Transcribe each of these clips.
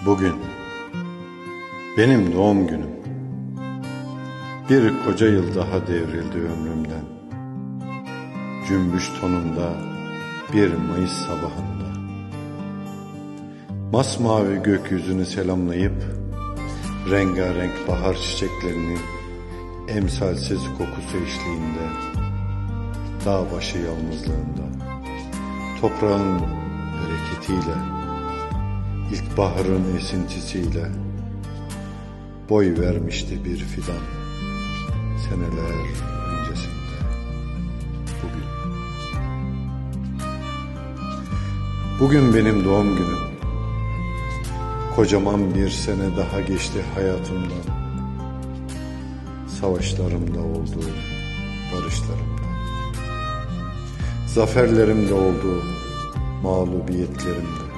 Bugün benim doğum günüm. Bir koca yıl daha devrildi ömrümden. Cümbüş tonunda bir Mayıs sabahında. Masmavi gökyüzünü selamlayıp rengarenk bahar çiçeklerinin emsalsiz kokusu eşliğinde, dağ başı yalnızlığında, toprağın bereketiyle, ilkbaharın esintisiyle boy vermişti bir fidan seneler öncesinde. Bugün benim doğum günüm. Kocaman bir sene daha geçti hayatımdan. Savaşlarımda oldu, barışlarımda, zaferlerimde oldu, mağlubiyetlerimde.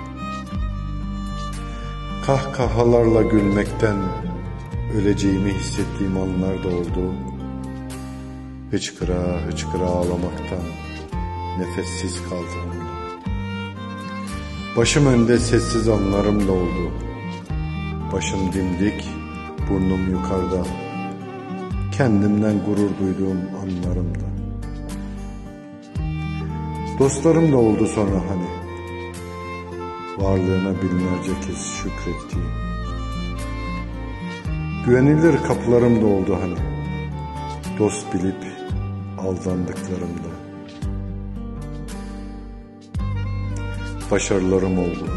Kahkahalarla gülmekten öleceğimi hissettiğim anlar da oldu. Hıçkıra hıçkıra ağlamaktan nefessiz kaldığımda. Başım önde sessiz anlarım da oldu. Başım dimdik, burnum yukarıda. Kendimden gurur duyduğum anlarımda. Dostlarım da oldu sonra hani. Varlığına binlerce kez şükrettiğim. Güvenilir kapılarım da oldu hani. Dost bilip aldandıklarımda. Başarılarım oldu.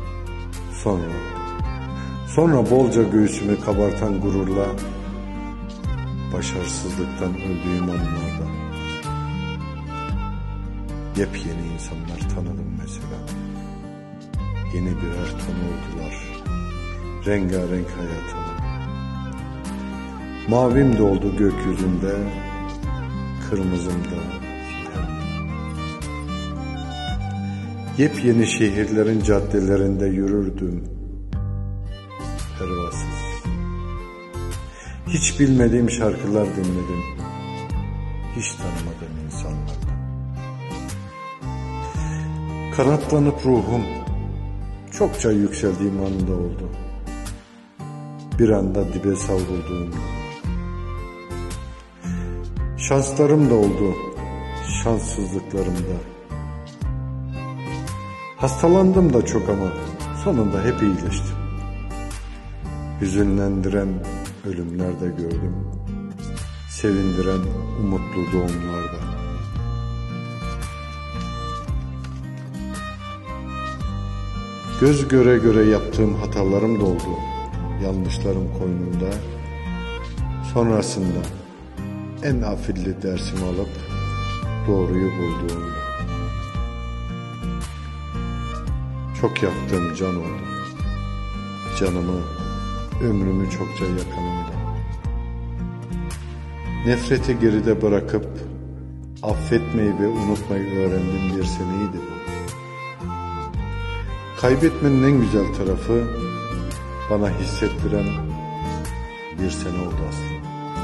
Sonra bolca göğsümü kabartan gururla başarısızlıktan öldüğüm anlarda yepyeni insanlar tanıdım mesela. Yeni birer ton oldular rengarenk hayatıma. Mavim doldu gökyüzünde, kırmızımda sitemde. Yepyeni şehirlerin caddelerinde yürürdüm pervasız. Hiç bilmediğim şarkılar dinledim, hiç tanımadığım insanlarla. Kanatlanıp ruhum çokça yükseldiğim anda oldu. Bir anda dibe savrulduğumda. Şanslarım da oldu, şanssızlıklarımda. Hastalandım da çok ama sonunda hep iyileştim. Hüzünlendiren ölümler de gördüm, sevindiren umutlu doğumlarda. Göz göre göre yaptığım hatalarım da oldu, yanlışlarım koynumda. Sonrasında en afilli dersimi alıp doğruyu bulduğumda. Çok yaktığım can oldu, canımı, ömrümü çokça yakınımda. Nefreti geride bırakıp affetmeyi ve unutmayı öğrendiğim bir seneydi bu. Kaybetmenin en güzel tarafı bana hissettiren bir sene oldu aslında.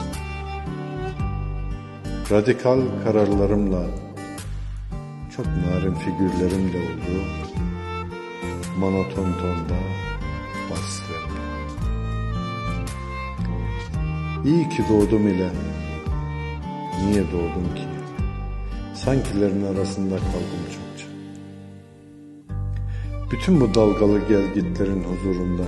Radikal kararlarımla, çok narin figürlerim de oldu. Monoton tonda baslarım. İyi ki doğdum ile. Niye doğdum ki? Sankilerin arasında kaldım çokça. Bütün bu dalgalı gelgitlerin huzurunda